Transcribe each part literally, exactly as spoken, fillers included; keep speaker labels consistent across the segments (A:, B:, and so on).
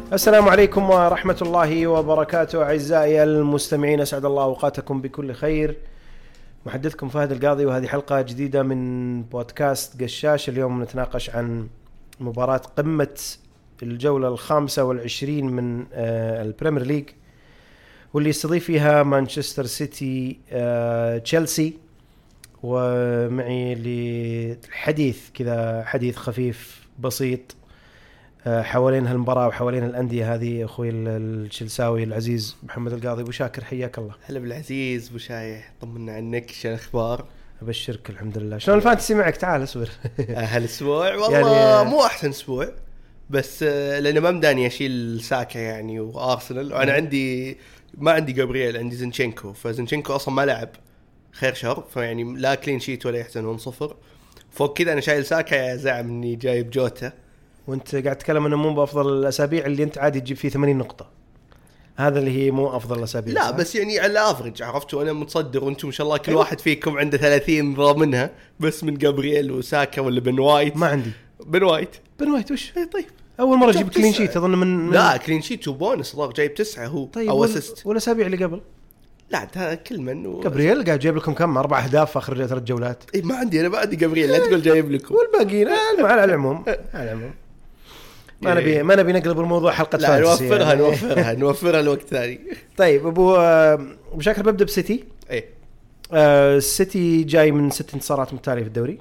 A: السلام عليكم ورحمة الله وبركاته أعزائي المستمعين، أسعد الله أوقاتكم بكل خير. محدثكم فهد القاضي، وهذه حلقة جديدة من بودكاست قشاش. اليوم نتناقش عن مباراة قمة الجولة الخامسة والعشرين من البريمير ليج، واللي يستضيف فيها مانشستر سيتي تشيلسي. ومعي للحديث كذا حديث خفيف بسيط حوالين هالمباراة وحوالين الأندية هذه أخوي التشيلساوي العزيز محمد القاضي. أبو شاكر حياك الله.
B: هلا بالعزيز أبو شايح، طمنا عنك، شو الأخبار؟
A: أبشرك الحمد لله. شلون الفانتسي معك؟ تعال أصبر.
B: هالأسبوع والله يعني مو أحسن أسبوع، بس لأنه ما مداني أشيل ساكا يعني وأرسنال، وأنا عندي ما عندي جابرييل، عندي زينشينكو، فزينشينكو أصلا ما لعب خير شر، فيعني لا كلين شيت ولا يحزنون صفر. فوق كذا أنا شايل ساكا يا زعم إني جايب جوتا،
A: وانت قاعد تتكلم انه مو بافضل الاسابيع اللي انت عادي تجيب فيه ثمانين نقطه، هذا اللي هي مو افضل الاسابيع.
B: لا بس يعني على الافرج عرفتوا، انا متصدر وانتم ما شاء الله كل واحد فيكم عنده ثلاثين ضامنها، بس من جابرييل وساكا ولا بن وايت.
A: ما عندي
B: بن وايت.
A: بن وايت وش؟
B: اي طيب
A: اول مره اجيب كلين شيت اظن من, من
B: لا كلين شيت وبونس ضاق جايب تسعة هو.
A: طيب
B: او اسيست
A: والاسابيع اللي قبل
B: لا ده كل من و...
A: جابرييل قاعد جايب لكم كم اربع اهداف اخر ثلاث جولات.
B: اي ما عندي، انا ما عندي جابرييل، لا تقول جايب لكم
A: والباقيين على العموم على العموم ما نبي ما نبي نقلب الموضوع حلقة
B: لا نوفرها يعني. نوفرها نوفرها لوقت ثاني.
A: طيب أبو بشكل ببدأ بسيتي.
B: إيه
A: آه السيتي جاي من ست انتصارات متتالية في الدوري.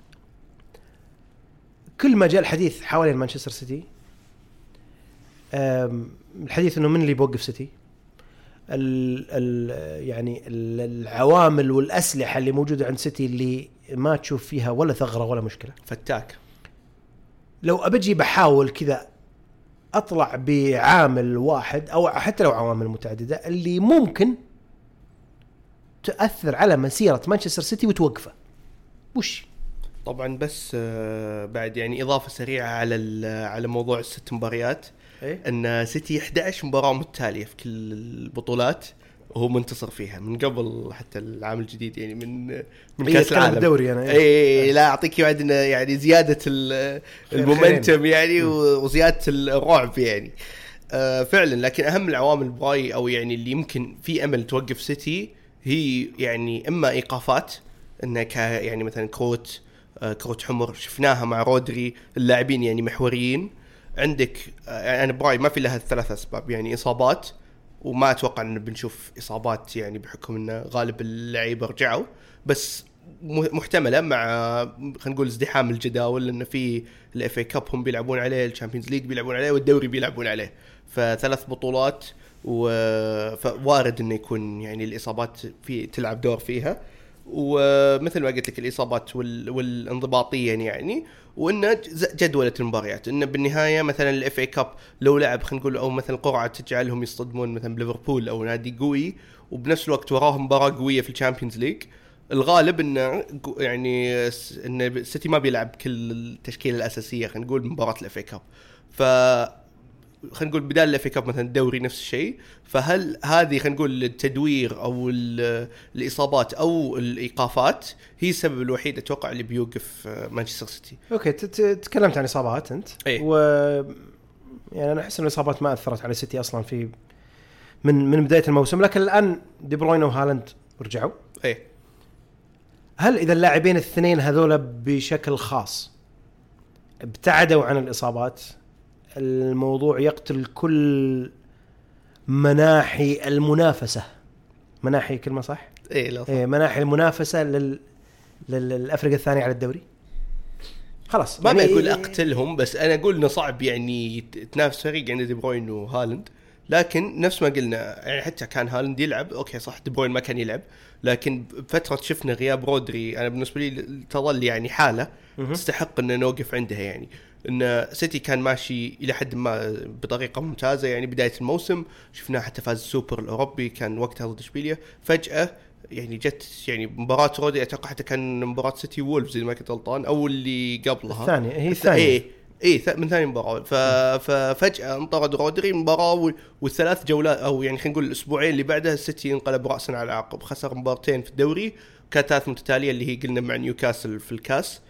A: كل ما جاء الحديث حوالين مانشستر سيتي آه الحديث إنه من اللي بوقف سيتي، ال ال يعني ال العوامل والأسلحة اللي موجودة عند سيتي اللي ما تشوف فيها ولا ثغرة ولا مشكلة.
B: فتاك.
A: لو أبجي بحاول كذا أطلع بعامل واحد أو حتى لو عوامل متعددة اللي ممكن تأثر على مسيرة مانشستر سيتي وتوقفه، وش؟
B: طبعا بس بعد يعني إضافة سريعة على على موضوع الست مباريات،
A: إيه؟
B: أن سيتي إحدى عشرة مباراة متتالية في كل البطولات وهو منتصر فيها من قبل حتى العام الجديد، يعني من من
A: إيه
B: كأس العالم
A: الدوري أنا.
B: إيه, إيه لا أعطيك وعدنا يعني زيادة المومنتم يعني وزيادة الرعب يعني آه فعلا. لكن أهم العوامل براي أو يعني اللي يمكن في أمل توقف سيتي هي يعني إما إيقافات، إنك يعني مثلا كروت آه كروت حمر شفناها مع رودري، اللاعبين يعني محوريين عندك. آه أنا براي ما في لها ثلاث أسباب، يعني إصابات، وما أتوقع أن بنشوف إصابات يعني بحكم أن غالب اللعيبة رجعوا، بس محتملة مع خلينا نقول ازدحام الجداول، لأن في الإف إيه كاب هم بيلعبون عليه، الشامبيونز ليج بيلعبون عليه، والدوري بيلعبون عليه، فثلاث بطولات ووارد أنه يكون يعني الإصابات في تلعب دور فيها. ومثل ما قلت لك الإصابات والانضباطية يعني، وإنه جدولة المباريات، إنه بالنهاية مثلا الإف إيه كاب لو لعب خلينا نقول أو مثلا قرعة تجعلهم يصطدمون مثلا بليفربول أو نادي قوي، وبنفس الوقت وراهم مباراة قوية في الشامبيونز ليج، الغالب إنه يعني إن السيتي ما بيلعب كل التشكيلة الأساسية خلينا نقول مباراة الإف إيه كاب، ف خلينا نقول بدال الإف إيه كاب مثلا الدوري نفس الشيء. فهل هذه خلينا نقول التدوير او الاصابات او الايقافات هي السبب الوحيد اتوقع اللي بيوقف مانشستر سيتي؟
A: اوكي تكلمت عن اصابات انت.
B: أيه.
A: و يعني انا احس ان الاصابات ما اثرت على سيتي اصلا في من من بدايه الموسم، لكن الان دي بروين وهالاند رجعوا.
B: ايه
A: هل اذا اللاعبين الاثنين هذول بشكل خاص ابتعدوا عن الاصابات الموضوع يقتل كل مناحي المنافسة. مناحي كلمة صح؟
B: إيه لا صح.
A: إيه مناحي المنافسة لل للأفريقيا الثانية على الدوري. خلاص
B: ما
A: يعني
B: بقول أقتلهم، بس أنا أقول إنه صعب يعني تنافس فريق عند دي بروين وهالاند. لكن نفس ما قلنا يعني حتى كان هالاند يلعب أوكي صح، دي بروين ما كان يلعب، لكن بفترة شفنا غياب رودري أنا بالنسبة لي تظل يعني حالة تستحق إن نوقف عندها. يعني إن سيتي كان ماشي إلى حد ما بطريقة ممتازة، يعني بداية الموسم شفناه حتى فاز السوبر الأوروبي كان وقتها ضد إشبيلية، فجأة يعني جت يعني مباراة رودري أتوقع حتى كان مباراة سيتي وولفز إذا ما كنت غلطان أو اللي قبلها
A: الثانية هي الثانية
B: إيه إيه من ثاني مباراة. ففجأة انطرد رودري مباراة والثلاث جولات أو يعني خلينا نقول الأسبوعين اللي بعدها السيتي انقلب رأسا على عقب، خسر مبارتين في الدوري، كانت ثلاث متتالية اللي هي قلنا مع نيوكاسل في الكاس.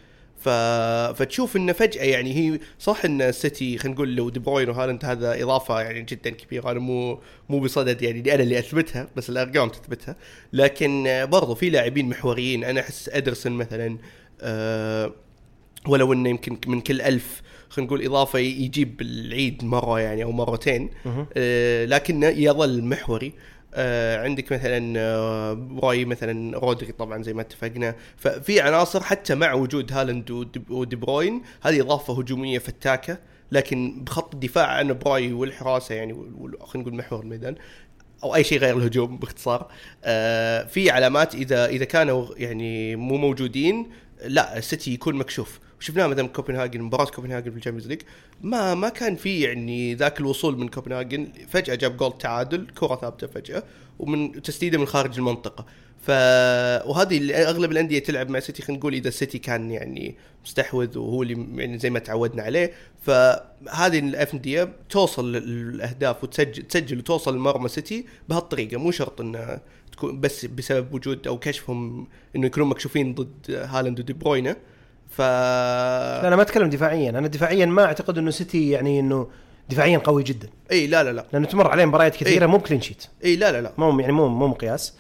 B: ف... فتشوف انه فجأة يعني هي صح ان السيتي خلينا نقول لو دي بروين وهالاند هذا اضافة يعني جدا كبيرة، انا مو مو بصدد يعني دي انا اللي اثبتها بس الارقام تثبتها، لكن برضو في لاعبين محوريين. انا احس ادرسون مثلا أه ولو انه يمكن من كل ألف خلينا نقول اضافة يجيب العيد مرة يعني او مرتين أه لكنه يظل محوري. آه عندك مثلا آه براي مثلا رودري طبعا زي ما اتفقنا، ففي عناصر حتى مع وجود هالاند ودي بروين هذه اضافه هجوميه فتاكه، لكن بخط الدفاع عن براي والحراسه يعني خلينا نقول محور الميدان او اي شيء غير الهجوم باختصار آه في علامات اذا اذا كانوا يعني مو موجودين لا السيتي يكون مكشوف. وشفناه مثلا كوبنهاجن، مباراة كوبنهاجن في الشامبيونز ليج ما ما كان في يعني ذاك الوصول من كوبنهاجن، فجأة جاب جول تعادل كرة ثابتة فجأة ومن تسديدة من خارج المنطقة. ف وهذه اغلب الانديه تلعب مع سيتي، خلينا نقول اذا السيتي كان يعني مستحوذ وهو اللي يعني زي ما تعودنا عليه، فهذه الانديه توصل للاهداف وتسجل تسجل وتوصل لمرمى سيتي بهالطريقه، مو شرط ان تكون بس بسبب وجود او كشفهم انه يكونوا مكشوفين ضد هالاند ودي بروينه. ف
A: لا انا ما اتكلم دفاعيا، انا دفاعيا ما اعتقد انه سيتي يعني انه دفاعيا قوي جدا.
B: اي لا لا لا
A: لانه تمر عليه مباريات كثيره مو كلين شيت.
B: اي لا لا لا
A: مو يعني مو مو مقياس.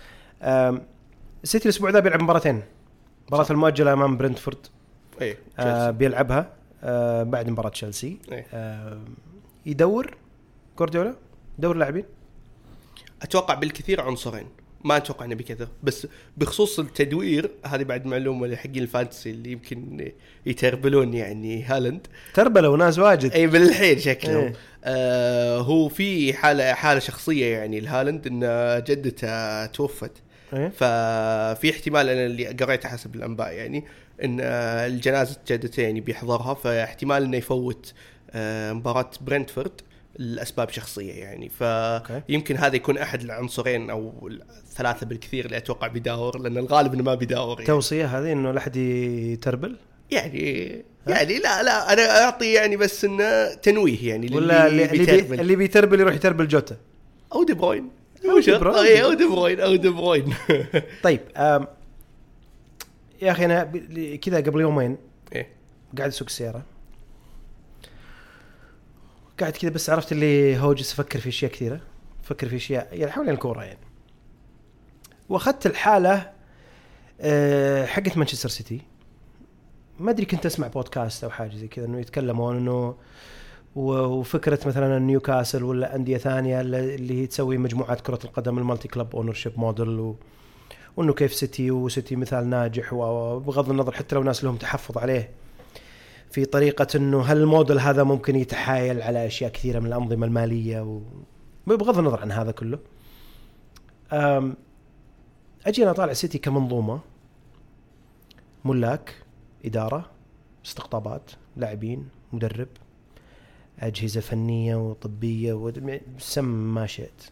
A: سيتي الاسبوع ذا بيلعب مباراتين، مباراه المؤجله امام برنتفورد
B: اي
A: آه بيلعبها آه بعد مباراه تشيلسي. آه يدور جوارديولا دور لاعبين
B: اتوقع بالكثير عنصرين، ما اتوقع انه بكذا، بس بخصوص التدوير هذه بعد معلومه لحقين الفانتسي اللي يمكن يتربلون يعني هالاند
A: تربلوا ناس واجد
B: اي بالحين شكله
A: ايه.
B: آه هو في حاله حاله شخصيه يعني الهالاند ان جدته توفت
A: ايه.
B: ففي احتمال انا اللي قريته حسب الانباء يعني ان الجنازه جدته يعني بيحضرها، فاحتمال انه يفوت آه مباراه برنتفورد الأسباب شخصية يعني، فيمكن هذا يكون أحد العنصرين أو ثلاثة بالكثير اللي أتوقع بيداور، لأن الغالب إنه ما بيداور يعني.
A: توصية هذه إنه لحد يتربل
B: يعني يعني لا لا أنا أعطي يعني بس إنه تنويه يعني
A: ولا اللي اللي, بي اللي بيتربل يروح يتربل جوتا
B: أو دي بروين أو دي بروين أو دي بروين أو دي بروين
A: طيب يا أخي أنا كذا قبل يومين
B: إيه
A: قاعد أسوق السيارة، قاعد كذا بس عرفت اللي هوجس أفكر في أشياء كثيرة، أفكر في أشياء يعني حول الكورة يعني، وأخذت الحالة أه حقت مانشستر سيتي. ما أدري كنت أسمع بودكاست أو حاجة زي كذا إنه يتكلمون إنه وفكرة مثلا نيوكاسل ولا أندية ثانية اللي هي تسوي مجموعات كرة القدم المالتي كلب أونرشيب موديل، وإنه كيف سيتي وسيتي مثال ناجح، وبغض النظر حتى لو ناس لهم تحفظ عليه في طريقة إنه هل الموديل هذا ممكن يتحايل على أشياء كثيرة من الأنظمة المالية، وبغض النظر عن هذا كله أجي أنا طالع سيتي كمنظومة، ملاك، إدارة، استقطابات، لاعبين، مدرب، أجهزة فنية وطبية وسم ما شئت،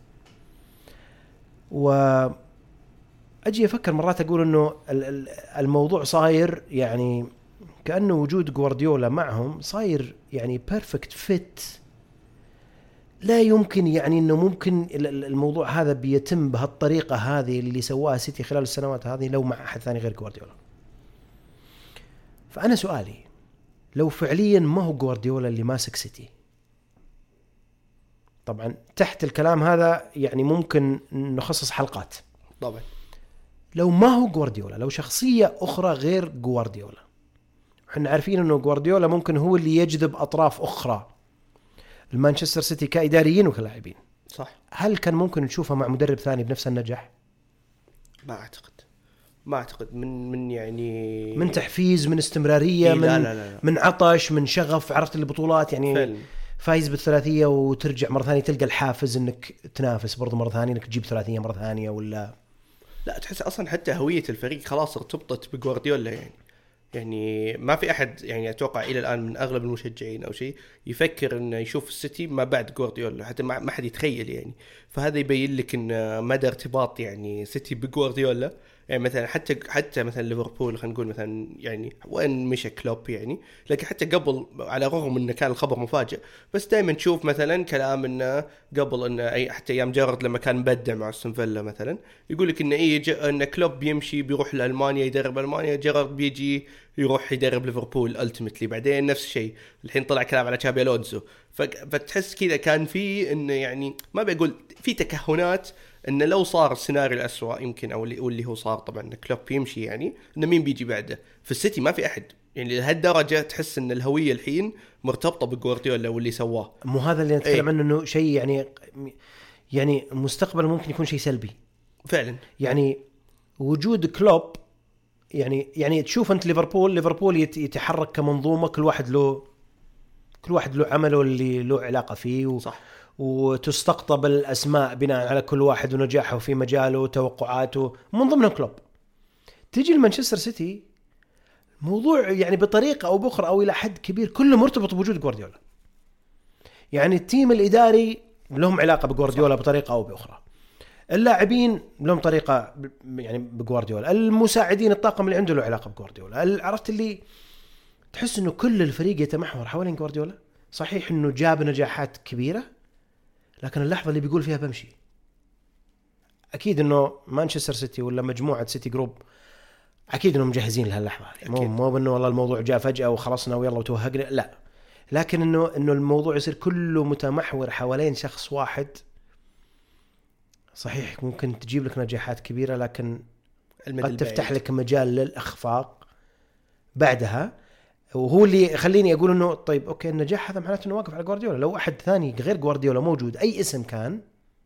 A: وأجي أفكر مرات أقول إنه الموضوع صاير يعني كأنه وجود جوارديولا معهم صاير يعني بيرفكت فيت، لا يمكن يعني إنه ممكن الموضوع هذا بيتم بهالطريقة هذه اللي سواها سيتي خلال السنوات هذه لو مع أحد ثاني غير جوارديولا. فأنا سؤالي لو فعليا ما هو جوارديولا اللي ماسك سيتي، طبعا تحت الكلام هذا يعني ممكن نخصص حلقات
B: طبعا،
A: لو ما هو جوارديولا، لو شخصية أخرى غير جوارديولا، احنا عارفين انه جوارديولا ممكن هو اللي يجذب اطراف اخرى المانشستر سيتي كاداريين وكلاعبين،
B: صح؟
A: هل كان ممكن نشوفه مع مدرب ثاني بنفس النجاح؟
B: ما اعتقد ما اعتقد من من يعني
A: من تحفيز، من استمراريه،
B: إيه
A: من
B: لا لا لا لا.
A: من عطش، من شغف، عرفت البطولات يعني فعلا. فايز بالثلاثيه وترجع مره ثانيه تلقى الحافز انك تنافس برضو مره ثانيه، انك تجيب ثلاثيه مره ثانيه، ولا
B: لا تحس اصلا حتى هويه الفريق خلاص ارتبطت بجوارديولا يعني يعني ما في أحد يعني أتوقع إلى الآن من أغلب المشجعين أو شيء يفكر إنه يشوف السيتي ما بعد جوارديولا، حتى ما ما حد يتخيل يعني. فهذا يبين لك إن مدى ارتباط يعني سيتي بجوارديولا يعني مثلا حتى حتى مثلا ليفربول خلينا نقول مثلا يعني وين مشى كلوب يعني، لكن حتى قبل على الرغم انه كان الخبر مفاجئ بس دائما تشوف مثلا كلام انه قبل انه اي حتى ايام جيرارد لما كان مبدع مع استون فيلا مثلا يقول لك انه ايه ان كلوب بيمشي بيروح لالمانيا يدرب المانيا، جيرارد بيجي يروح يدرب ليفربول التيمتلي، بعدين نفس الشيء الحين طلع كلام على تشابي الونسو. فتحس كذا كان في انه يعني ما بقول في تكهنات انه لو صار السيناريو الأسوأ يمكن او اللي اللي هو صار طبعا ان كلوب يمشي يعني انه مين بيجي بعده. في السيتي ما في احد يعني لهالدرجه تحس ان الهويه الحين مرتبطه بجوارديولا واللي سواه.
A: مو هذا اللي نتكلم عنه انه شيء يعني يعني مستقبل ممكن يكون شيء سلبي
B: فعلا.
A: يعني وجود كلوب يعني يعني تشوف انت ليفربول ليفربول يتحرك كمنظومه، كل واحد له كل واحد له عمله اللي له علاقه فيه و...
B: صح.
A: وتستقطب الاسماء بناء على كل واحد ونجاحه في مجاله وتوقعاته من ضمن كلوب. تيجي لمانشستر سيتي موضوع يعني بطريقه او باخرى او الى حد كبير كله مرتبط بوجود جوارديولا. يعني التيم الاداري لهم علاقه بجوارديولا بطريقه او باخرى، اللاعبين لهم طريقه يعني بجوارديولا، المساعدين الطاقم اللي عنده له علاقه بجوارديولا. عرفت اللي تحس انه كل الفريق يتمحور حوالين جوارديولا. صحيح انه جاب نجاحات كبيره لكن اللحظه اللي بيقول فيها بمشي. اكيد انه مانشستر سيتي ولا مجموعه سيتي جروب اكيد انهم مجهزين لهاللحظه، مو مو انه والله الموضوع جاء فجاه وخلصنا ويلا وتوهقنا، لا، لكن انه انه الموضوع يصير كله متمحور حوالين شخص واحد. صحيح ممكن تجيب لك نجاحات كبيره لكن قد تفتح بعيد. لك مجال للاخفاق بعدها، وهو اللي خليني اقول انه طيب اوكي النجاح هذا معناته انه واقف على جوارديولا. لو احد ثاني غير جوارديولا موجود اي اسم كان،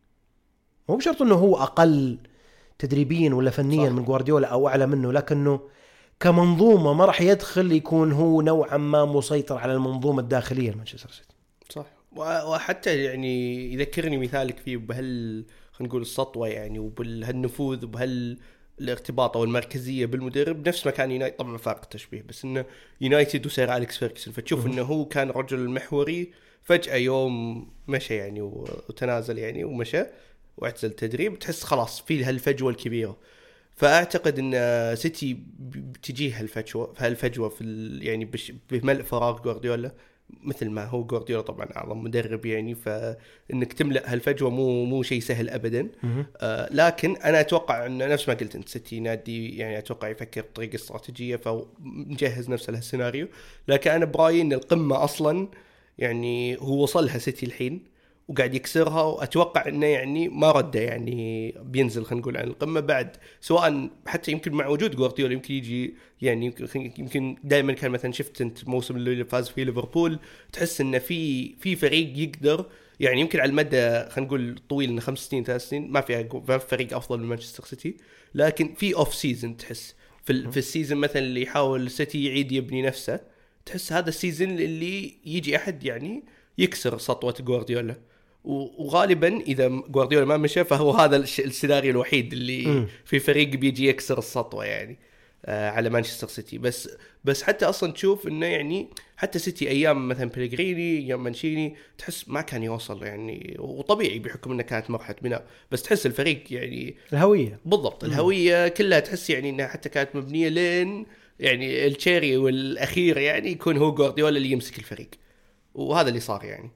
A: مو بشرط انه هو اقل تدريبيا ولا فنيا صح. من جوارديولا او اعلى منه، لكنه كمنظومه ما راح يدخل يكون هو نوعا ما مسيطر على المنظومه الداخليه لمانشستر سيتي.
B: صح. وحتى يعني يذكرني مثالك فيه بهال خلينا نقول السطوه يعني وبهالنفوذ وبهال الارتباط او المركزيه بالمدرب نفس ما كان يونايتد. طبعا فارق التشبيه بس انه يونايتد وسير أليكس فيرغسون، فتشوف انه هو كان رجل المحوري فجاه يوم مشى يعني وتنازل يعني ومشى واعتزل التدريب، تحس خلاص في هالفجوه الكبيره. فاعتقد ان سيتي بتجيه هالفجوه هالفجوه في يعني بملء فراغ جوارديولا مثل ما هو جوارديولا طبعا اعظم مدرب يعني، فانك تملأ هالفجوه مو مو شيء سهل ابدا. آه لكن انا اتوقع ان نفس ما قلت انت سيتي نادي يعني اتوقع يفكر بطريقه استراتيجيه فمجهز نفسه لهالسيناريو. لكن انا برايي ان القمه اصلا يعني هو وصلها سيتي الحين وقاعد يكسرها، واتوقع انه يعني ما رده يعني بينزل خلينا نقول عن القمه بعد، سواء حتى يمكن مع وجود جوارديولا يمكن يجي يعني يمكن دائما كان مثلا شفت انت موسم اللي فاز فيه ليفربول تحس انه في في فريق يقدر يعني يمكن على المدى خلينا نقول طويل انه خمس سنين ثلاث سنين ما في فريق افضل من مانشستر سيتي، لكن في اوف سيزون تحس في في السيزون مثلا اللي يحاول السيتي يعيد يبني نفسه، تحس هذا السيزون اللي يجي احد يعني يكسر سطوه جوارديولا. وغالبا اذا جوارديولا ما مشى فهو هذا السيناريو الوحيد اللي م. في فريق بيجي يكسر السطوه يعني آه على مانشستر سيتي. بس بس حتى اصلا تشوف انه يعني حتى سيتي ايام مثلا بيلغريني ايام مانشيني تحس ما كان يوصل يعني، وطبيعي بحكم انه كانت مرحله بناء، بس تحس الفريق يعني
A: الهويه
B: بالضبط م. الهويه كلها تحس يعني انها حتى كانت مبنيه لين يعني التشيري والاخير يعني يكون هو جوارديولا اللي يمسك الفريق، وهذا اللي صار يعني.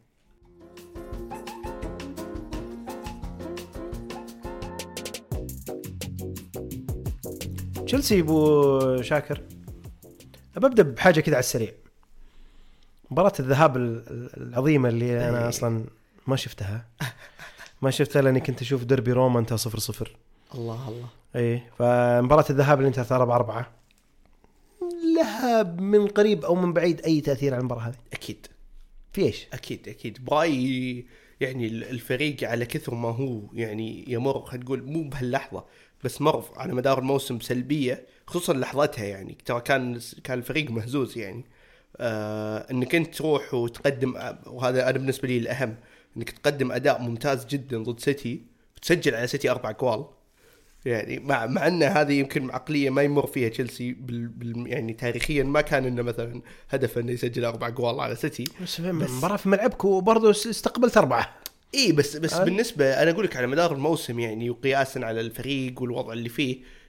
A: تشيلسي ابو شاكر، ببدأ بحاجة كده على السريع. مباراة الذهاب العظيمة اللي أنا أصلا ما شفتها ما شفتها لأني كنت أشوف دربي روما انتهى صفر صفر.
B: الله الله.
A: أي فمباراة الذهاب اللي انتهت أربعة أربعة لها من قريب أو من بعيد أي تأثير على المباراة هذه؟
B: أكيد.
A: في إيش؟
B: أكيد أكيد براي يعني الفريق على كثر ما هو يعني يمر خلينا نقول مو بهاللحظة بس مر على مدار الموسم سلبية، خصوصا لحظتها يعني ترى كان كان الفريق مهزوز يعني. آه انك انت تروح وتقدم، وهذا انا بالنسبة لي الأهم، انك تقدم أداء ممتاز جدا ضد سيتي وتسجل على سيتي أربع جوال يعني، مع مع ان هذه يمكن عقلية ما يمر فيها تشيلسي بال, بال يعني تاريخيا ما كان انه مثلا هدف انه يسجل أربع جوال على سيتي،
A: بس مباراة في ملعبك وبرضه استقبلت أربعة.
B: ايه بس بس آه. بالنسبه انا اقول لك على مدار الموسم يعني وقياسا على الفريق والوضع اللي فيه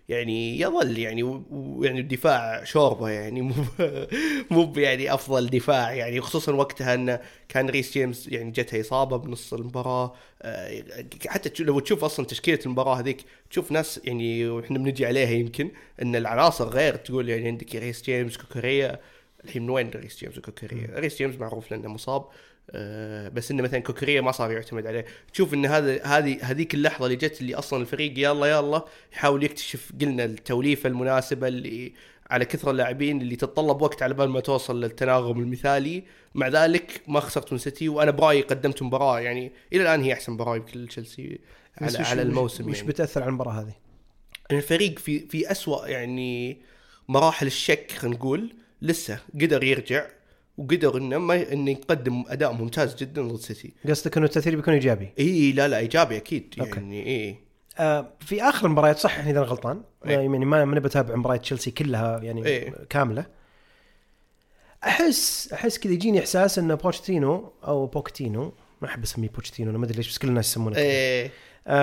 B: يعني يظل يعني ويعني الدفاع شوربه يعني مو مو يعني افضل دفاع يعني، خصوصا وقتها انه كان ريس جيمس يعني جته اصابه بنص المباراه. حتى لو تشوف اصلا تشكيله المباراه هذيك تشوف ناس يعني واحنا بنجي عليها يمكن ان العناصر غير، تقول يعني عندك ريس جيمس كوكوريا. الحين من وين ريس جيمس وكوكوريا؟ ريس جيمس معروف لانه مصاب، أه بس انه مثلا كوكوريا ما صار يعتمد عليه. تشوف ان هذا هذه هذيك اللحظه اللي جت اللي اصلا الفريق يلا يلا يحاول يكتشف قلنا التوليفه المناسبه اللي على كثر اللاعبين اللي تتطلب وقت على بال ما توصل للتناغم المثالي. مع ذلك ما خسرت من سيتي، وانا برايي قدمت مباراه يعني الى الان هي احسن مباراه بكل تشيلسي على على الموسم.
A: مش
B: يعني
A: بتاثر على المباراه هذه؟
B: الفريق في في اسوأ يعني مراحل الشك، خلينا نقول لسه قدر يرجع وقدر انه ما انه يقدم اداء ممتاز جدا ضد سيتي.
A: قصدك انه التاثير بيكون ايجابي؟
B: اي لا لا ايجابي اكيد.
A: أوكي.
B: يعني اي
A: آه في اخر المباريات صح اذا انا غلطان
B: إيه.
A: يعني ما ما بتابع مباريات تشيلسي كلها يعني
B: إيه.
A: كامله. احس احس كذا يجيني احساس ان بوتشيتينو او بوكتينو، ما احب اسميه بوتشيتينو، انا ما ادري ليش بس كل الناس يسمونه كذا.
B: إيه.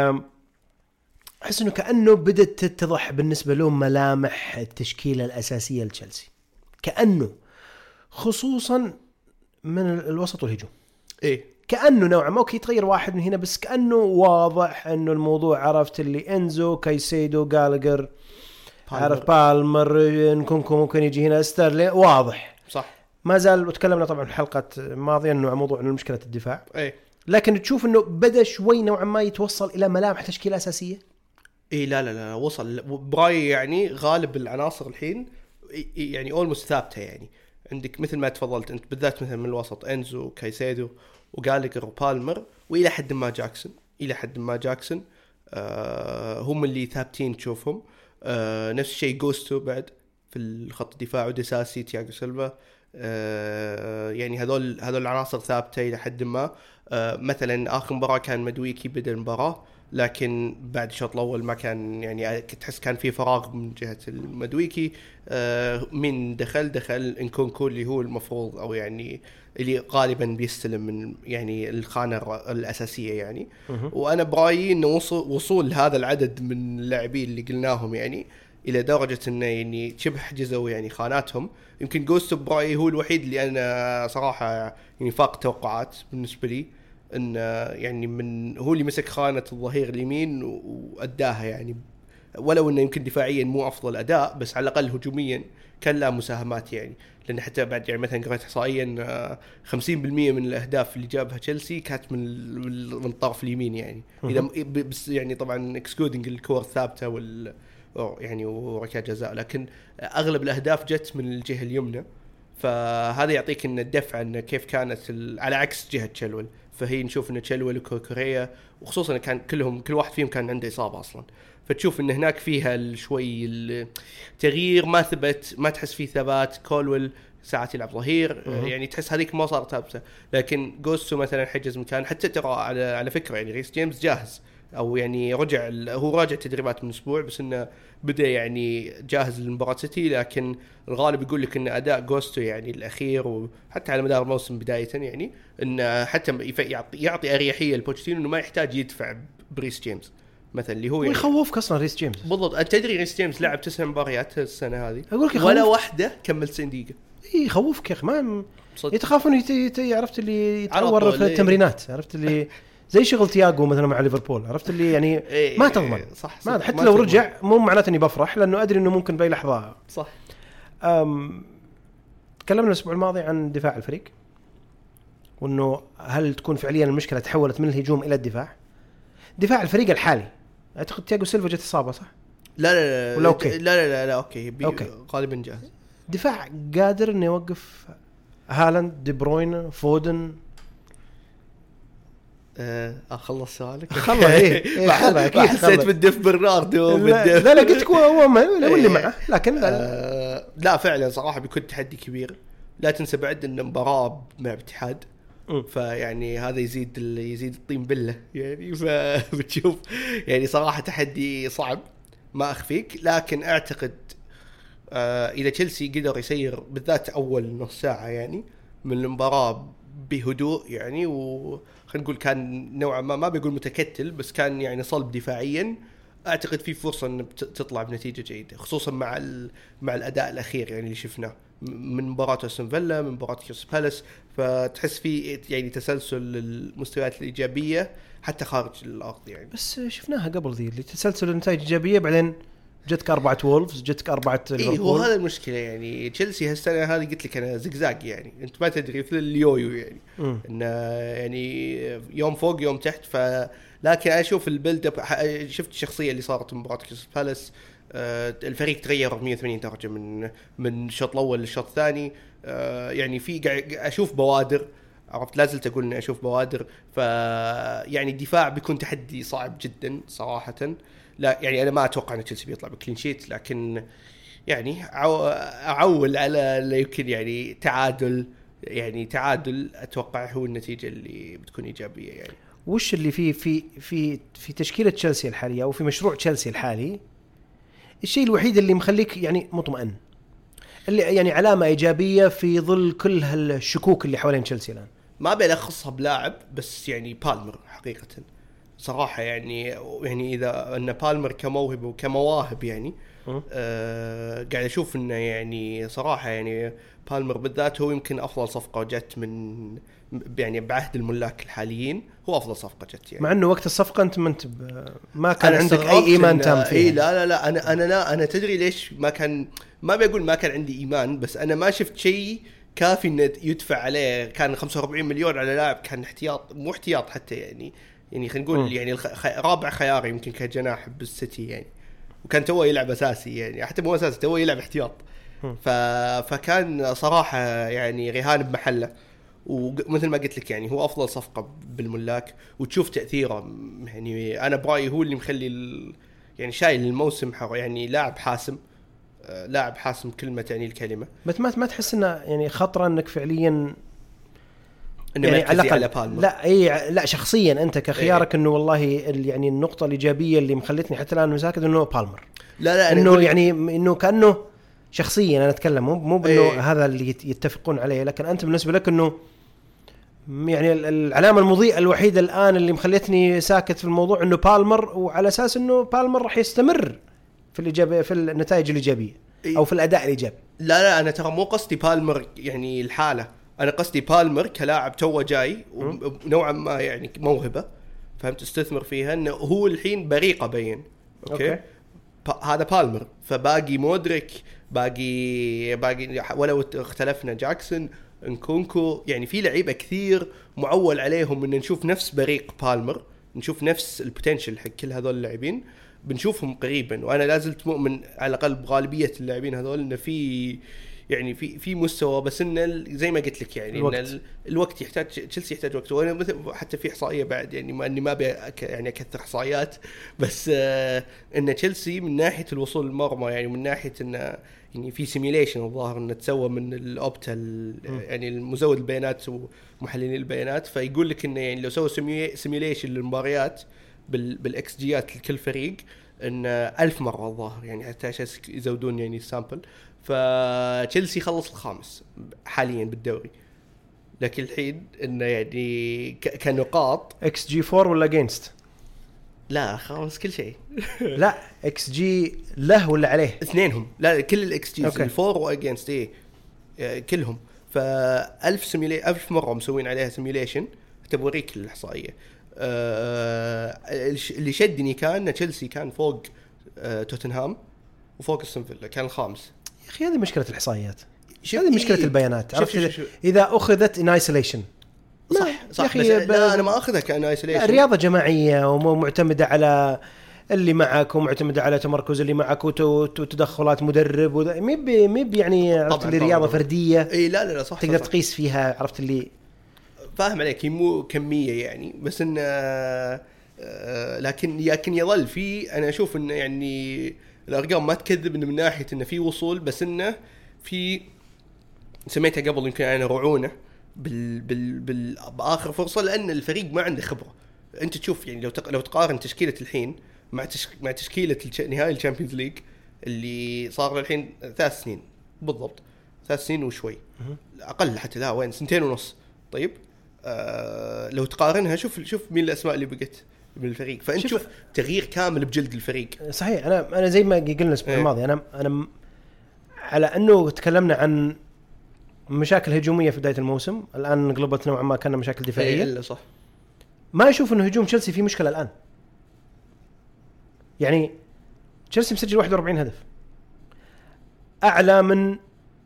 A: احس انه كانه بدت تتضح بالنسبه له ملامح التشكيله الاساسيه لتشيلسي، كانه خصوصا من الوسط والهجوم.
B: ايه
A: كأنه نوعا ما اوكي تغير واحد من هنا، بس كأنه واضح انه الموضوع، عرفت اللي انزو كايسيدو جالجر عرف بالمر نكونكو ممكن يجي هنا ستيرلين، واضح
B: صح.
A: ما زال، وتكلمنا طبعا في الحلقة الماضية انه موضوع انه مشكلة الدفاع،
B: ايه
A: لكن تشوف انه بدأ شوي نوعا ما يتوصل الى ملامح تشكيلة اساسية.
B: ايه لا لا لا وصل براي يعني غالب العناصر الحين يعني اولموست ثابته. يعني عندك مثل ما تفضلت انت بالذات مثلا من الوسط انزو كايسيدو وغاليجر وبالمر، والى حد ما جاكسون الى حد ما جاكسون آه هم اللي ثابتين تشوفهم. آه نفس الشيء جوستو بعد في الخط الدفاع، وديساسي تياغو سيلفا. آه يعني هذول هذول العناصر ثابته الى حد ما. آه مثلا اخر مباراه كان مدويكي بدا المباراه، لكن بعد الشوط الاول ما كان يعني تحس كان في فراغ من جهه المدويكي. آه من دخل دخل انكونكو اللي هو المفروض او يعني اللي غالبا بيستلم من يعني الخانه الاساسيه يعني. وانا برايي انه وصول وصول هذا العدد من اللاعبين اللي قلناهم يعني الى درجه انه يعني شبه حجزوا يعني خاناتهم. يمكن جوستو برايي هو الوحيد اللي انا صراحه يعني فاق توقعات بالنسبه لي، ان يعني من هو اللي مسك خانه الظهير اليمين واداها يعني، ولو انه يمكن دفاعيا مو افضل اداء بس على الاقل هجوميا كان له مساهمات يعني. لان حتى بعد يعني مثلا قرأت احصائيا خمسين بالمئة من الاهداف اللي جابها تشيلسي كانت من من الطرف اليمين يعني. اذا بس يعني طبعا اكسكلودينج الكور الثابته وال يعني وركلات جزاء، لكن اغلب الاهداف جت من الجهه اليمنى. فهذا يعطيك ان الدفع ان كيف كانت على عكس جهه تشيلول. فهي نشوف ان تشيلول وكوريا وخصوصا كان كلهم كل واحد فيهم كان عنده اصابه اصلا، فتشوف ان هناك فيها شوي التغيير ما ثبت، ما تحس فيه ثبات. كولويل ساعات يلعب ظهير يعني تحس هذيك ما صارت ثابته. لكن جوستو مثلا حجز مكان، حتى ترى على على فكره يعني ريس جيمس جاهز او يعني رجع، هو راجع تدريبات من اسبوع بس انه بدا يعني جاهز لمباراه سيتي. لكن الغالب يقول لك ان اداء جوستو يعني الاخير وحتى على مدار الموسم بدايه يعني ان حتى يعطي يعطي اريحيه لبوتشيتينو انه ما يحتاج يدفع بريس جيمس مثلا اللي هو يعني
A: ويخوفك اصلا ريس جيمس.
B: بالضبط. انت تدري ريس جيمس لعب تسع مباريات السنه هذه
A: ولا
B: واحده كمل تسعين دقيقه.
A: اي يخوفك يا اخي، ما يتخافون يت... عرفت اللي يتعور في التمرينات، عرفت اللي زي شغل تياغو مثلا مع ليفربول، عرفت اللي يعني ما تضمن.
B: صح
A: ما حتى ما لو رجع مو معناته اني بفرح لانه ادري انه ممكن باي لحظه.
B: صح.
A: أم... تكلمنا الاسبوع الماضي عن دفاع الفريق وانه هل تكون فعليا المشكله تحولت من الهجوم الى الدفاع. دفاع الفريق الحالي اعتقد تياغو سيلفا جت اصابه صح؟
B: لا لا لا
A: ولا أوكي.
B: لا لا لا, لا اوكي,
A: أوكي.
B: غالبا جاهز.
A: دفاع قادر انه يوقف هالاند دي بروين فودن.
B: اخلص سؤالك.
A: خلص ايه خلص اكيد.
B: حسيت بالدف برناردو
A: لا لا قلت هو هو ما اللي معه، لكن
B: لا, لا فعلا صراحه بيكون تحدي كبير. لا تنسى بعد ان مباراه مع اتحاد، فيعني هذا يزيد يزيد الطين بله يعني. فبتشوف يعني صراحه تحدي صعب ما اخفيك. لكن اعتقد آه اذا تشيلسي قدر يسير بالذات اول نص ساعه يعني من المباراه بهدوء يعني، وخلينا نقول كان نوعا ما ما بيقول متكتل بس كان يعني صلب دفاعيا. اعتقد في فرصه ان تطلع بنتيجه جيده، خصوصا مع مع الاداء الاخير يعني اللي شفناه من مباراه أستون فيلا، من مباراه كريستال بالاس. فتحس في يعني تسلسل المستويات الايجابيه حتى خارج الارض يعني.
A: بس شفناها قبل ذي اللي تسلسل النتائج ايجابيه، بعدين جتك أربعة وولفز، جتك أربعة ليفربول.
B: إيه هو هذا المشكلة يعني. تشيلسي هالسنة هذه قلت لك أنا زقزاق يعني، أنت ما تدري مثل اليويو يعني، إنه يعني يوم فوق يوم تحت. ف لكن أنا أشوف البيلد أب، شفت الشخصية اللي صارت مباراة كريستال بالاس، الفريق تغير مية وثمانين درجة من من الشوط الأول للشوط الثاني. يعني في أشوف بوادر، عرفت، لازلت أقول إني أشوف بوادر. ف يعني الدفاع بيكون تحدي صعب جدا صراحة. لا يعني أنا ما أتوقع أن تشيلسي بيطلع بكلين شيت، لكن يعني أعول على اللي يمكن يعني تعادل. يعني تعادل أتوقع هو النتيجة اللي بتكون إيجابية يعني.
A: وش اللي فيه في في في تشكيلة تشيلسي الحالية أو في مشروع تشيلسي الحالي الشيء الوحيد اللي مخليك يعني مطمئن، اللي يعني علامة إيجابية في ظل كل هالشكوك اللي حوالين تشيلسي الآن؟
B: ما بلخصها بلاعب، بس يعني بالمر حقيقة صراحة يعني يعني إذا أن بالمر كموهبة وكمواهب يعني آه قاعد أشوف إنه يعني صراحة يعني بالمر بالذات هو يمكن أفضل صفقة جت من يعني بعهد الملاك الحاليين، هو أفضل صفقة جت يعني.
A: مع إنه وقت الصفقة أنت ما أنت ما كان عندك أي إيمان تام فيه.
B: إيه لا لا لا أنا أنا لا أنا تدري ليش ما كان، ما بيقول ما كان عندي إيمان، بس أنا ما شفت شيء كافي إنه يدفع عليه. كان خمسة وأربعين مليون على لاعب كان احتياط، مو احتياط حتى يعني يعني خلينا نقول يعني الخ... رابع خيار يمكن كجناح بالسيتي يعني، وكان توه يلعب اساسي يعني، حتى مو اساسي توه يلعب احتياط. ف... فكان صراحه يعني رهان بمحله. ومثل ما قلت لك يعني هو افضل صفقه بالملاك، وتشوف تاثيره يعني. انا برايي هو اللي مخلي ال... يعني شايل الموسم حر يعني. لاعب حاسم، لاعب حاسم كلمه يعني الكلمه.
A: بس ما ما تحس انه يعني خطره انك فعليا
B: يعني على, على بالمر؟
A: لا اي لا شخصيا انت كخيارك إيه؟ انه والله يعني النقطه الايجابيه اللي مخلتني حتى الان مساكد انه بالمر.
B: لا لا
A: انه يعني انه كانه شخصيا انا اتكلم مو مو بانه
B: إيه؟
A: هذا اللي يتفقون عليه، لكن انت بالنسبه لك انه يعني العلامه المضيئه الوحيده الان اللي مخلتني ساكت في الموضوع انه بالمر، وعلى اساس انه بالمر راح يستمر في الايجابيه في النتائج الايجابيه او في الاداء الايجابي.
B: لا لا انا ترى مو قصدي بالمر يعني الحاله، انا قصدي بالمر كلاعب توه جاي ونوعا ما يعني موهبه، فهمت، استثمر فيها. انه هو الحين بريقه بين اوكي, أوكي. هذا بالمر. فباقي مودريك، باقي باقي ولو اختلفنا جاكسون، نكونكو، يعني في لعيبه كثير معول عليهم ان نشوف نفس بريق بالمر، نشوف نفس البوتنشل حق كل هذول اللاعبين بنشوفهم قريبا. وانا لازلت مؤمن على الاقل بغالبيه اللاعبين هذول انه في يعني في في مستوى، بس ان زي ما قلت لك يعني
A: الوقت.
B: ان الوقت يحتاج، تشيلسي يحتاج وقت. وانا مثل حتى في احصائيه بعد يعني ما اني ما ابي يعني اكثر احصائيات، بس آه ان تشيلسي من ناحيه الوصول للمرمى يعني من ناحيه انه يعني في سيميليشن الظاهر انه تسوى من الاوبتا يعني المزود البيانات ومحللين البيانات، فيقول لك انه يعني لو سووا سيميليشن للمباريات بالاكس جيات لكل فريق ان ألف مره الظاهر يعني حتى عشان يزودون يعني السامبل. فتشيلسي خلص الخامس حاليا بالدوري، لكن الحين انه يعني كنقاط
A: اكس جي فور ولا اجينست؟
B: لا خامس كل شيء.
A: لا اكس جي له ولا عليه؟
B: اثنينهم، لا كل الاكس جي الفور واجينست ايه كلهم. فألف سيميلي ألف مرة مسوين عليها سيميليشن. تبوريك الإحصائية. أه اللي شدني كان تشيلسي كان فوق أه توتنهام وفوق أستون فيلا كان الخامس.
A: يا أخي هذه مشكلة الإحصائيات، هذه مشكلة البيانات.
B: عرفت
A: شوف شوف إذا أخذت in isolation
B: صح صح، بس لا أنا ما أخذها كان isolation.
A: الرياضة جماعية ومعتمدة على اللي معك ومعتمدة على تمركز اللي معك وتدخلات مدرب وذا ميب ميب يعني عرفت اللي رياضة فردية.
B: إيه لا لا صح
A: تقدر
B: صح
A: تقيس فيها، عرفت اللي
B: فاهم عليك، مو كمية يعني، بس إن آه لكن لكن يظل في، أنا أشوف إن يعني الأرقام ما تكذب إنه من ناحية إنه في وصول، بس إنه في سميتها قبل يمكن أنا رعونة بال بال بال بآخر فرصة، لأن الفريق ما عنده خبرة. أنت تشوف يعني لو تق... لو تقارن تشكيلة الحين مع تش... مع تشكيلة الش... نهائي الشامبيونز ليج اللي صار له الحين ثلاث سنين بالضبط، ثلاث سنين وشوي أقل حتى، لا وين سنتين ونص. طيب آه... لو تقارنها شوف شوف مين الأسماء اللي بقت من الفريق. فانت تشوف تغيير كامل بجلد الفريق.
A: صحيح. انا انا زي ما قلنا الاسبوع ايه. الماضي انا انا على انه تكلمنا عن مشاكل هجوميه في بدايه الموسم، الان قلبت نوعا ما كان مشاكل دفاعيه.
B: الا صح.
A: ما اشوف انه هجوم تشيلسي فيه مشكله الان. يعني تشيلسي مسجل واحد وأربعين هدف، اعلى من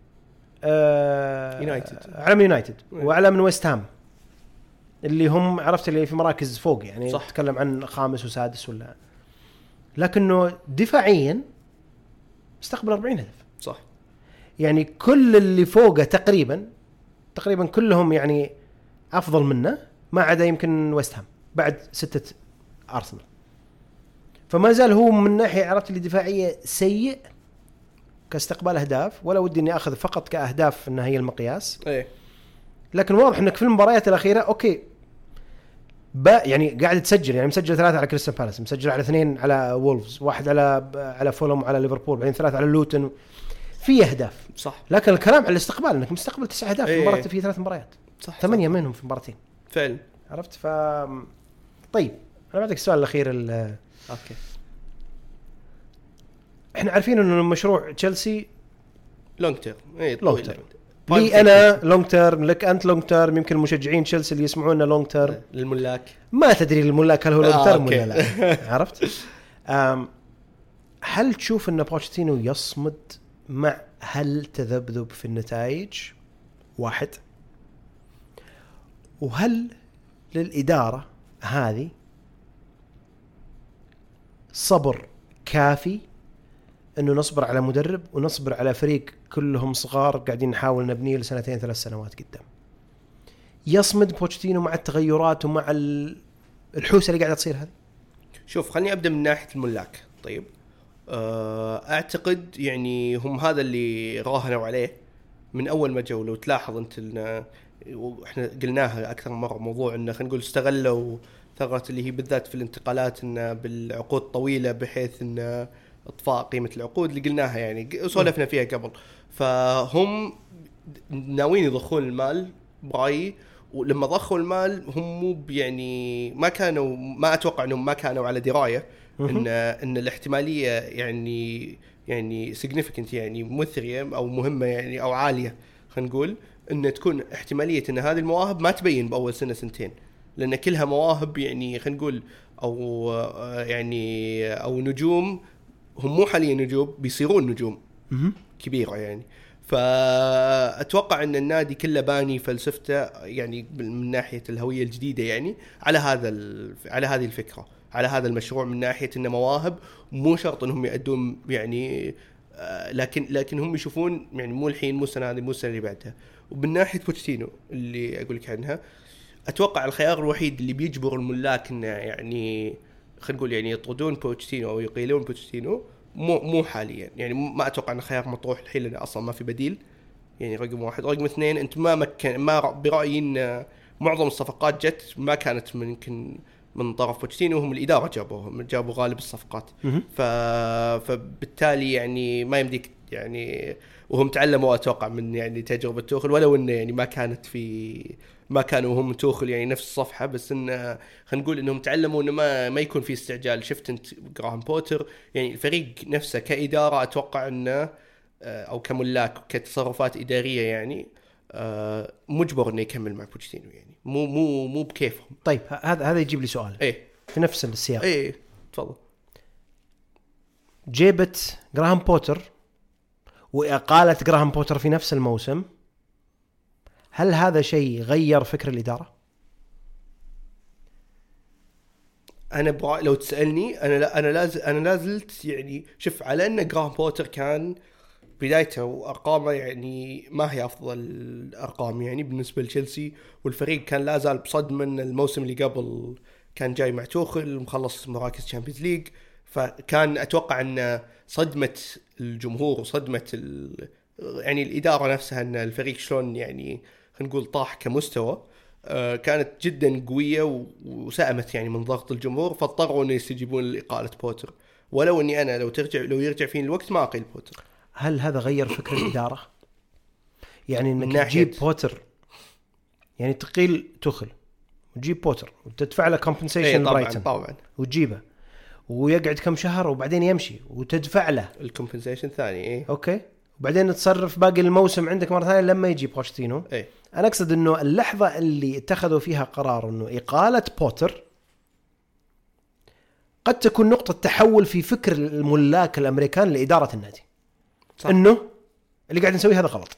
A: آه
B: يونايتد،
A: اعلى من يونايتد واعلى من ويست هام اللي هم عرفت اللي في مراكز فوق، يعني صح. تتكلم عن خامس وسادس ولا، لكنه دفاعيا استقبل أربعين هدف.
B: صح.
A: يعني كل اللي فوقه تقريبا تقريبا كلهم يعني افضل منه، ما عدا يمكن ويست هام بعد ستة ارسنال. فما زال هو من ناحيه عرفت اللي دفاعيه سيء كاستقبال اهداف، ولا ودي اني اخذ فقط كاهداف انها هي المقياس.
B: ايه.
A: لكن واضح انك في المباريات الاخيره اوكي با يعني قاعد تسجل، يعني مسجل ثلاثة على كريستال بالاس، مسجل على اثنين على وولفز، واحد على على فولم وعلى ليفربول، بعدين ثلاثة على لوتن، في اهداف.
B: صح.
A: لكن الكلام على الاستقبال انك مستقبل تسع اهداف
B: ايه.
A: في مباراه في ثلاث مباريات.
B: صح.
A: ثمانية صح. منهم في مباراتين
B: فعلا.
A: عرفت. ف طيب انا بعطيك السؤال الاخير.
B: اوكي.
A: احنا عارفين انه مشروع تشيلسي
B: لونج تيرم. اي
A: لونج تيرم. لي انا لونج تيرم، لك انت لونج تيرم، يمكن مشجعين تشيلسي اللي يسمعونا لونج تيرم.
B: للملاك
A: ما تدري الملاك هل هو لونج تيرم ولا لا. عرفت. هل تشوف ان بوتشيتينو يصمد مع هل تذبذب في النتائج؟ واحد. وهل للإدارة هذه صبر كافي انه نصبر على مدرب ونصبر على فريق كلهم صغار قاعدين نحاول نبنيه لسنتين ثلاث سنوات قدام؟ يصمد بوتشيتينو مع التغيرات ومع الحوسه اللي قاعده تصير هذه؟
B: شوف خليني ابدا من ناحيه الملاك. طيب اعتقد يعني هم هذا اللي راهنوا عليه من اول ما جو. لو تلاحظ انت لنا واحنا قلناها اكثر مره، موضوع انه خلينا نقول استغلوا ثغره اللي هي بالذات في الانتقالات انه بالعقود طويله بحيث انه اطفاء قيمه العقود اللي قلناها يعني سولفنا فيها قبل. فهم ناويين يضخون المال برايي، ولما ضخوا المال هم مو يعني ما كانوا ما اتوقع انهم ما كانوا على درايه ان ان الاحتماليه يعني يعني significant يعني مثريه او مهمه يعني او عاليه، خلينا نقول ان تكون احتماليه ان هذه المواهب ما تبين باول سنه سنتين، لان كلها مواهب يعني خلينا نقول او يعني او نجوم هم مو حاليا نجوم بيصيرون نجوم كبيره يعني. فأتوقع أن النادي كله باني فلسفته يعني من ناحية الهوية الجديدة يعني على هذا على هذه الفكرة، على هذا المشروع، من ناحية إنه مواهب مو شرط إنهم يأدون يعني آه لكن لكن هم يشوفون يعني مو الحين مو السنة هذه مو السنة اللي بعدها. ومن ناحية بوتشيتينو اللي أقول لك عنها، أتوقع الخيار الوحيد اللي بيجبر الملاك إنه يعني خلينا نقول يعني يطردون بوتشيتينو أو يقيلون بوتشيتينو مو مو حاليا يعني ما اتوقع ان خيار مطروح الحين لانه اصلا ما في بديل يعني. رقم واحد. رقم اثنين انت ما مكن ما برايي ان معظم الصفقات جت ما كانت من يمكن من طرف بوتشيتينو، هم الاداره جابوهم جابوا غالب الصفقات. ف فبالتالي يعني ما يمديك يعني، وهم تعلموا اتوقع من يعني تجربه توخل، ولو انه يعني ما كانت في ما كانوا هم توخل يعني نفس الصفحه، بس ان خلينا نقول انهم تعلموا انه ما ما يكون في استعجال. شفت انت جراهام بوتر يعني الفريق نفسه كاداره اتوقع انه او كملاك كتصرفات اداريه يعني مجبر انه يكمل مع بوتشيتينو يعني مو مو مو بكيفهم.
A: طيب هذا هذا يجيب لي سؤال
B: ايه
A: في نفس السياق.
B: ايه تفضل.
A: جيبت جراهام بوتر واقاله جراهام بوتر في نفس الموسم، هل هذا شيء غير فكر الإدارة؟
B: أنا برا... لو تسألني أنا لا أنا لازل أنا لازلت يعني شوف على أن جراهام بوتر كان بدايته وأرقامه يعني ما هي أفضل الأرقام يعني بالنسبة لتشيلسي، والفريق كان لا زال بصدمة من الموسم اللي قبل كان جاي مع توخل مخلص مراكز تشامبيونز ليج. فكان أتوقع أن صدمة الجمهور وصدمة ال... يعني الإدارة نفسها أن الفريق شلون يعني خلينا نقول طاح كمستوى آه كانت جدا قوية وسأمت يعني من ضغط الجمهور، فاضطروا أن يستجيبون لإقالة بوتر. ولو أني أنا لو ترجع لو يرجع فين الوقت ما أقيل بوتر.
A: هل هذا غير فكر الإدارة؟ يعني إنك تجيب بوتر يعني تقيل توخل وتجيب بوتر وتدفع له compensation
B: إيه طبعا
A: برايتون
B: طبعا
A: وتجيبه ويقعد كم شهر وبعدين يمشي وتدفع له
B: الكومبنسيشن ثاني. إيه
A: اوكي وبعدين تصرف باقي الموسم عندك مرة ثانية لما يجي بوتشيتينو.
B: إيه
A: انا اقصد انه اللحظة اللي اتخذوا فيها قرار انه اقالة بوتر قد تكون نقطة تحول في فكر الملاك الامريكان لإدارة النادي. صح. انه اللي قاعد نسويه هذا غلط.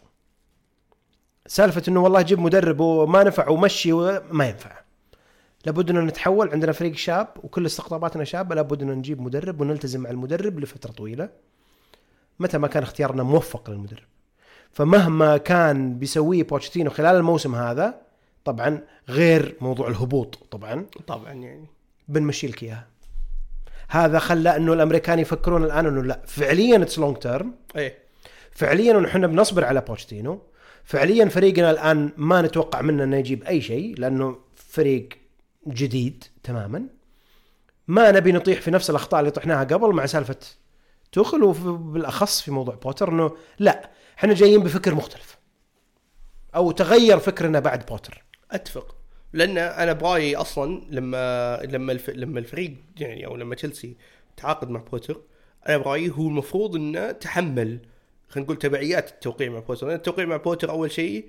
A: سالفة انه والله جيب مدرب وما نفع ومشي وما ينفع. لابد ان نتحول، عندنا فريق شاب وكل استقطاباتنا شابة، لابد ان نجيب مدرب ونلتزم مع المدرب لفترة طويلة متى ما كان اختيارنا موفق للمدرب. فمهما كان بيسويه بوتشيتينو خلال الموسم هذا طبعا غير موضوع الهبوط طبعا
B: طبعا يعني
A: بنمشي لك اياها. هذا خلى انه الامريكان يفكرون الان انه لا فعليا اتس لونج تيرم.
B: ايه
A: فعليا ونحن بنصبر على بوتشيتينو. فعليا فريقنا الان ما نتوقع منه انه يجيب اي شيء لانه فريق جديد تماما. ما نبي نطيح في نفس الاخطاء اللي طحناها قبل مع سالفه توخل وبالاخص في موضوع بوتر انه لا احنا جايين بفكر مختلف او تغير فكرنا بعد بوتر.
B: اتفق لان انا برايي اصلا لما لما الف... لما الفريق يعني او لما تشيلسي تعاقد مع بوتر انا برايي هو المفروض انه تحمل خلينا نقول تبعيات التوقيع مع بوتر. لان التوقيع مع بوتر اول شيء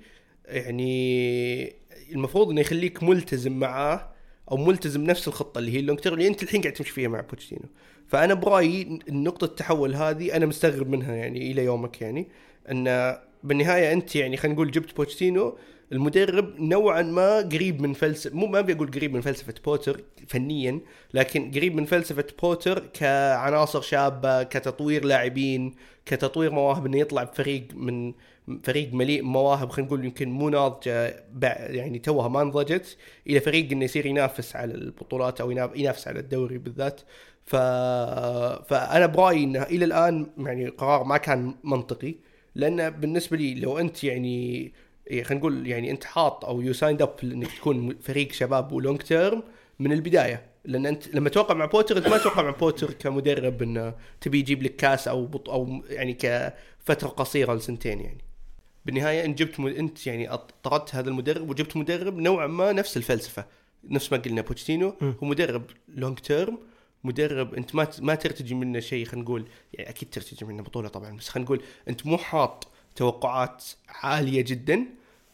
B: يعني المفروض انه يخليك ملتزم معاه او ملتزم نفس الخطه اللي هي اللونج تيرم اللي انت الحين قاعد تمشي فيها مع بوتشيتينو. فانا برايي النقطه التحول هذه انا مستغرب منها يعني الى يومك، يعني ان بالنهايه انت يعني خلينا نقول جبت بوتشيتينو المدرب نوعا ما قريب من فلسفه، مو ما بيقول قريب من فلسفه بوتر فنيا لكن قريب من فلسفه بوتر كعناصر شابه، كتطوير لاعبين، كتطوير مواهب، انه يطلع بفريق من فريق مليء مواهب خلينا نقول يمكن مو ناضجه يعني توها ما نضجت الى فريق انه يصير ينافس على البطولات او ينافس على الدوري بالذات. ف... فانا برايي انه الى الان يعني قرار ما كان منطقي. لان بالنسبه لي لو انت يعني خلينا نقول يعني انت حاط او يو سايند اب انك تكون فريق شباب ولونج تيرم من البدايه، لان انت لما توقع مع بوتر انت ما توقع مع بوتر كمدرب انه تبي يجيب لك كاس او بط... او يعني كفتره قصيره لسنتين. يعني بالنهايه انت جبت م... انت يعني طردت هذا المدرب وجبت مدرب نوعا ما نفس الفلسفه نفس ما قلنا بوتشيتينو هو مدرب لونج تيرم، مدرب انت ما ما ترتجي منه شيء خلينا نقول يعني اكيد ترتجي منه بطوله طبعا بس خلينا نقول انت مو حاط توقعات عاليه جدا.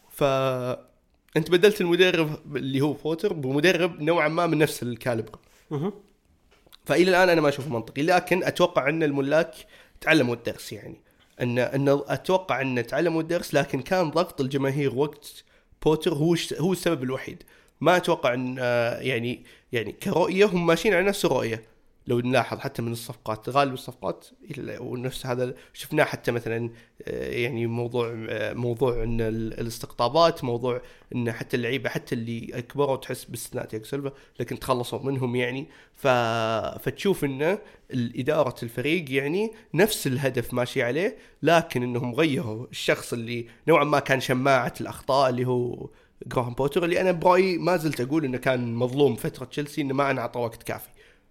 B: فانت بدلت المدرب اللي هو بوتر بمدرب نوعا ما من نفس الكاليبر. فالى الان انا ما اشوفه منطقي، لكن اتوقع ان الملاك تعلموا الدرس. يعني ان ان اتوقع ان تعلموا الدرس لكن كان ضغط الجماهير وقت بوتر هو هو السبب الوحيد. ما اتوقع ان يعني يعني كرؤيه هم ماشيين على نفس الرؤيه. لو نلاحظ حتى من الصفقات غالب الصفقات ونفس هذا شفناه حتى مثلا يعني موضوع موضوع ان الاستقطابات، موضوع ان حتى اللعيبه حتى اللي اكبروا تحس باستثناء تياغو سيلفا لكن تخلصوا منهم. يعني ف فتشوف ان الاداره الفريق يعني نفس الهدف ماشي عليه لكن انهم غيروا الشخص اللي نوعا ما كان شماعه الاخطاء اللي هو جراهام بوتر، اللي انا برايي ما زلت اقول انه كان مظلوم فتره تشيلسي انه ما انعطى وقت كافي.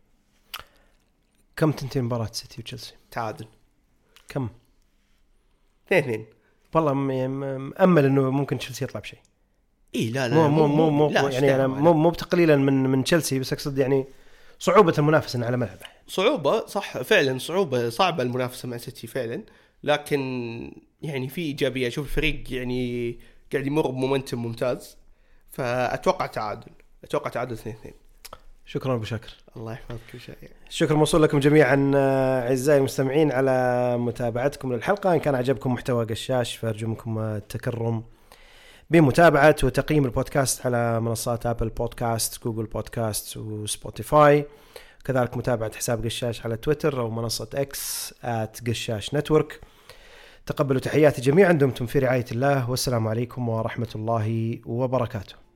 A: كم تنتهي مباراة سيتي وتشيلسي؟
B: تعادل.
A: كم؟
B: اثنين اثنين.
A: والله مأمل انه ممكن تشيلسي يطلع بشيء.
B: اي لا لا
A: مو مو مو, مو
B: لا
A: يعني انا مو مو بتقليلا من من تشيلسي بس اقصد يعني صعوبة المنافسة على ملعبه.
B: صعوبة صح فعلا، صعوبة صعبة المنافسة مع سيتي فعلا، لكن يعني في ايجابية. اشوف الفريق يعني قاعد يمر بمومنتم ممتاز، فاتوقع تعادل اتوقع تعادل اثنين اثنين.
A: شكرا ابو شاكر.
B: الله يحفظك وشاء.
A: شكرا موصول لكم جميعا اعزائي المستمعين على متابعتكم للحلقه. ان كان عجبكم محتوى قشاش فارجو منكم التكرم بمتابعه وتقييم البودكاست على منصات ابل بودكاست، جوجل بودكاست وسبوتيفاي. كذلك متابعه حساب قشاش على تويتر او منصه اكس آت قشاش نتورك. تقبلوا تحياتي جميعا، دمتم في رعايه الله والسلام عليكم ورحمه الله وبركاته.